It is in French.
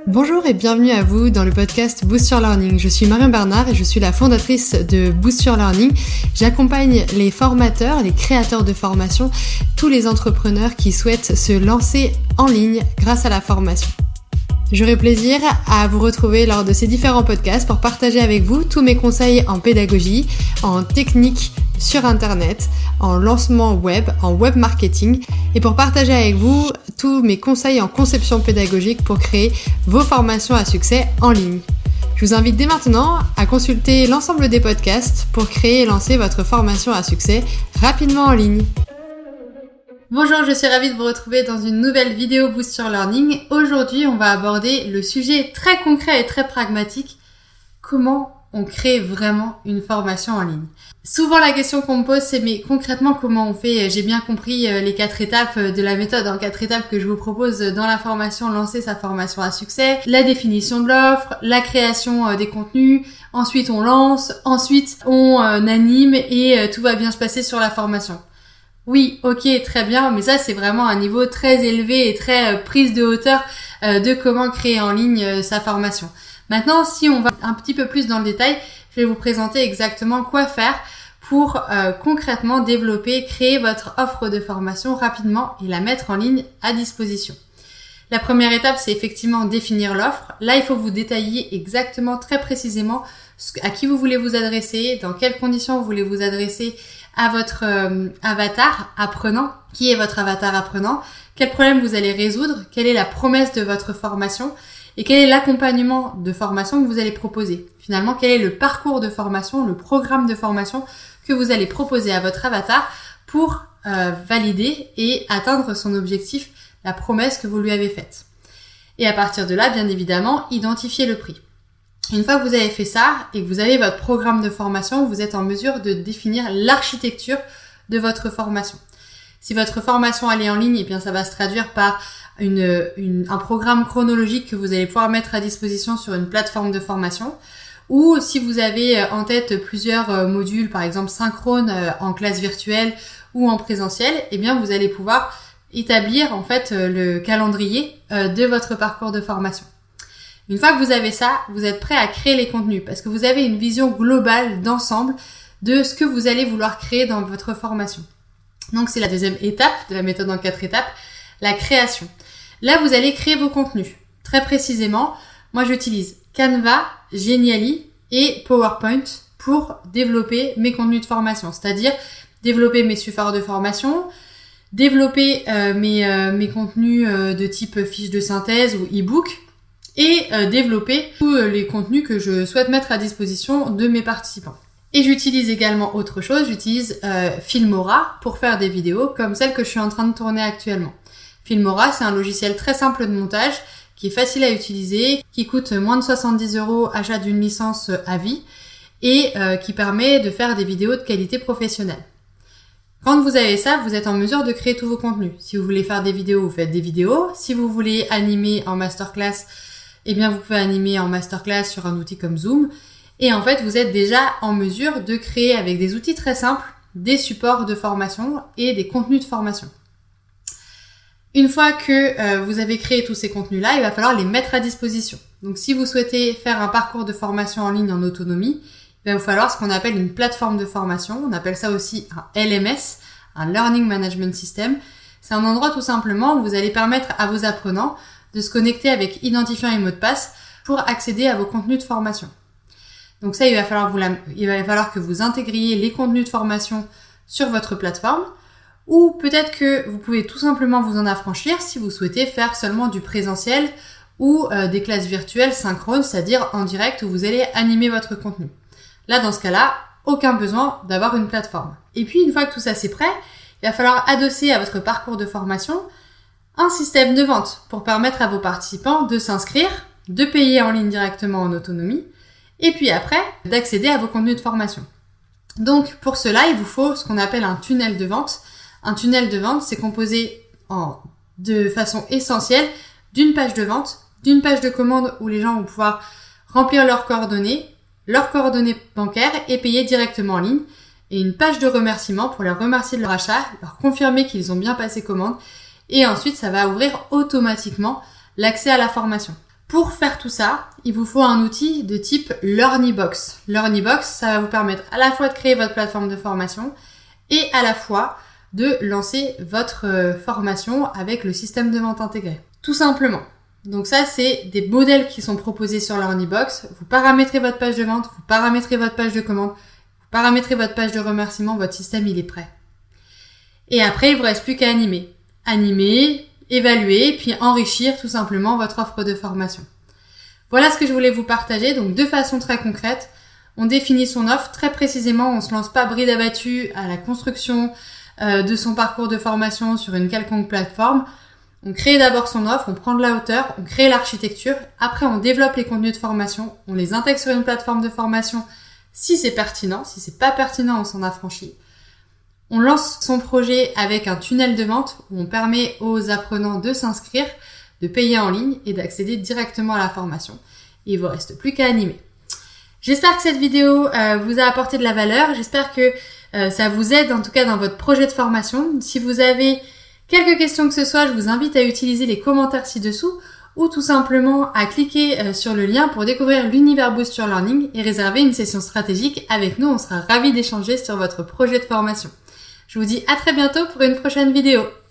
Bonjour et bienvenue à vous dans le podcast Boost Your Learning. Je suis Marion Bernard et je suis la fondatrice de Boost Your Learning. J'accompagne les formateurs, les créateurs de formation, tous les entrepreneurs qui souhaitent se lancer en ligne grâce à la formation. J'aurai plaisir à vous retrouver lors de ces différents podcasts pour partager avec vous tous mes conseils en pédagogie, en technique sur internet, en lancement web, en web marketing et pour partager avec vous tous mes conseils en conception pédagogique pour créer vos formations à succès en ligne. Je vous invite dès maintenant à consulter l'ensemble des podcasts pour créer et lancer votre formation à succès rapidement en ligne. Bonjour, je suis ravie de vous retrouver dans une nouvelle vidéo Boost Your Learning. Aujourd'hui, on va aborder le sujet très concret et très pragmatique. Comment on crée vraiment une formation en ligne? Souvent, la question qu'on me pose, c'est mais concrètement, comment on fait? J'ai bien compris les 4 étapes de la méthode en 4 étapes que je vous propose dans la formation Lancer sa formation à succès. La définition de l'offre, la création des contenus, ensuite on lance, ensuite on anime et tout va bien se passer sur la formation. Oui, ok, très bien, mais ça c'est vraiment un niveau très élevé et très prise de hauteur de comment créer en ligne sa formation. Maintenant, si on va un petit peu plus dans le détail, je vais vous présenter exactement quoi faire pour concrètement développer, créer votre offre de formation rapidement et la mettre en ligne à disposition. La première étape, c'est effectivement définir l'offre. Là, il faut vous détailler exactement, très précisément, à qui vous voulez vous adresser, dans quelles conditions vous voulez vous adresser à votre avatar apprenant. Qui est votre avatar apprenant? Quel problème vous allez résoudre? Quelle est la promesse de votre formation? Et quel est l'accompagnement de formation que vous allez proposer? Finalement, quel est le parcours de formation, le programme de formation que vous allez proposer à votre avatar pour valider et atteindre son objectif, la promesse que vous lui avez faite. Et à partir de là, bien évidemment, identifier le prix. Une fois que vous avez fait ça et que vous avez votre programme de formation, vous êtes en mesure de définir l'architecture de votre formation. Si votre formation elle est en ligne, eh bien ça va se traduire par un programme chronologique que vous allez pouvoir mettre à disposition sur une plateforme de formation. Ou si vous avez en tête plusieurs modules, par exemple synchrones en classe virtuelle ou en présentiel, eh bien vous allez pouvoir établir en fait le calendrier de votre parcours de formation. Une fois que vous avez ça, vous êtes prêt à créer les contenus parce que vous avez une vision globale d'ensemble de ce que vous allez vouloir créer dans votre formation. Donc c'est la deuxième étape de la méthode en 4 étapes, la création. Là, vous allez créer vos contenus. Très précisément, moi j'utilise Canva, Genially et PowerPoint pour développer mes contenus de formation, c'est-à-dire développer mes supports de formation, développer mes contenus de type fiche de synthèse ou e-book et développer tous les contenus que je souhaite mettre à disposition de mes participants. Et j'utilise également autre chose, j'utilise Filmora pour faire des vidéos comme celle que je suis en train de tourner actuellement. Filmora, c'est un logiciel très simple de montage qui est facile à utiliser, qui coûte moins de 70 €, achat d'une licence à vie et qui permet de faire des vidéos de qualité professionnelle. Quand vous avez ça, vous êtes en mesure de créer tous vos contenus. Si vous voulez faire des vidéos, vous faites des vidéos. Si vous voulez animer en masterclass, eh bien vous pouvez animer en masterclass sur un outil comme Zoom. Et en fait, vous êtes déjà en mesure de créer avec des outils très simples des supports de formation et des contenus de formation. Une fois que vous avez créé tous ces contenus-là, il va falloir les mettre à disposition. Donc si vous souhaitez faire un parcours de formation en ligne en autonomie, il va vous falloir ce qu'on appelle une plateforme de formation. On appelle ça aussi un LMS, un Learning Management System. C'est un endroit tout simplement où vous allez permettre à vos apprenants de se connecter avec identifiant et mot de passe pour accéder à vos contenus de formation. Donc ça, il va falloir que vous intégriez les contenus de formation sur votre plateforme. Ou peut-être que vous pouvez tout simplement vous en affranchir si vous souhaitez faire seulement du présentiel ou des classes virtuelles synchrones, c'est-à-dire en direct où vous allez animer votre contenu. Là, dans ce cas-là, aucun besoin d'avoir une plateforme. Et puis, une fois que tout ça c'est prêt, il va falloir adosser à votre parcours de formation un système de vente pour permettre à vos participants de s'inscrire, de payer en ligne directement en autonomie, et puis après, d'accéder à vos contenus de formation. Donc, pour cela, il vous faut ce qu'on appelle un tunnel de vente. Un tunnel de vente, c'est composé de façon essentielle d'une page de vente, d'une page de commande où les gens vont pouvoir remplir leurs coordonnées bancaires et payer directement en ligne, et une page de remerciement pour les remercier de leur achat, leur confirmer qu'ils ont bien passé commande, et ensuite ça va ouvrir automatiquement l'accès à la formation. Pour faire tout ça, il vous faut un outil de type LearnyBox. LearnyBox, ça va vous permettre à la fois de créer votre plateforme de formation et à la fois de lancer votre formation avec le système de vente intégré. Tout simplement. Donc ça, c'est des modèles qui sont proposés sur LearnyBox. Vous paramétrez votre page de vente, vous paramétrez votre page de commande, vous paramétrez votre page de remerciement, votre système, il est prêt. Et après, il vous reste plus qu'à animer. Animer, évaluer, puis enrichir tout simplement votre offre de formation. Voilà ce que je voulais vous partager. Donc de façon très concrète, on définit son offre très précisément. On se lance pas bride abattue à la construction de son parcours de formation sur une quelconque plateforme. On crée d'abord son offre, on prend de la hauteur, on crée l'architecture. Après, on développe les contenus de formation, on les intègre sur une plateforme de formation si c'est pertinent. Si c'est pas pertinent, on s'en affranchit. On lance son projet avec un tunnel de vente où on permet aux apprenants de s'inscrire, de payer en ligne et d'accéder directement à la formation. Et il vous reste plus qu'à animer. J'espère que cette vidéo vous a apporté de la valeur. J'espère que ça vous aide en tout cas dans votre projet de formation. Si vous avez quelques questions que ce soit, je vous invite à utiliser les commentaires ci-dessous ou tout simplement à cliquer sur le lien pour découvrir l'univers Boost Your Learning et réserver une session stratégique avec nous. On sera ravis d'échanger sur votre projet de formation. Je vous dis à très bientôt pour une prochaine vidéo.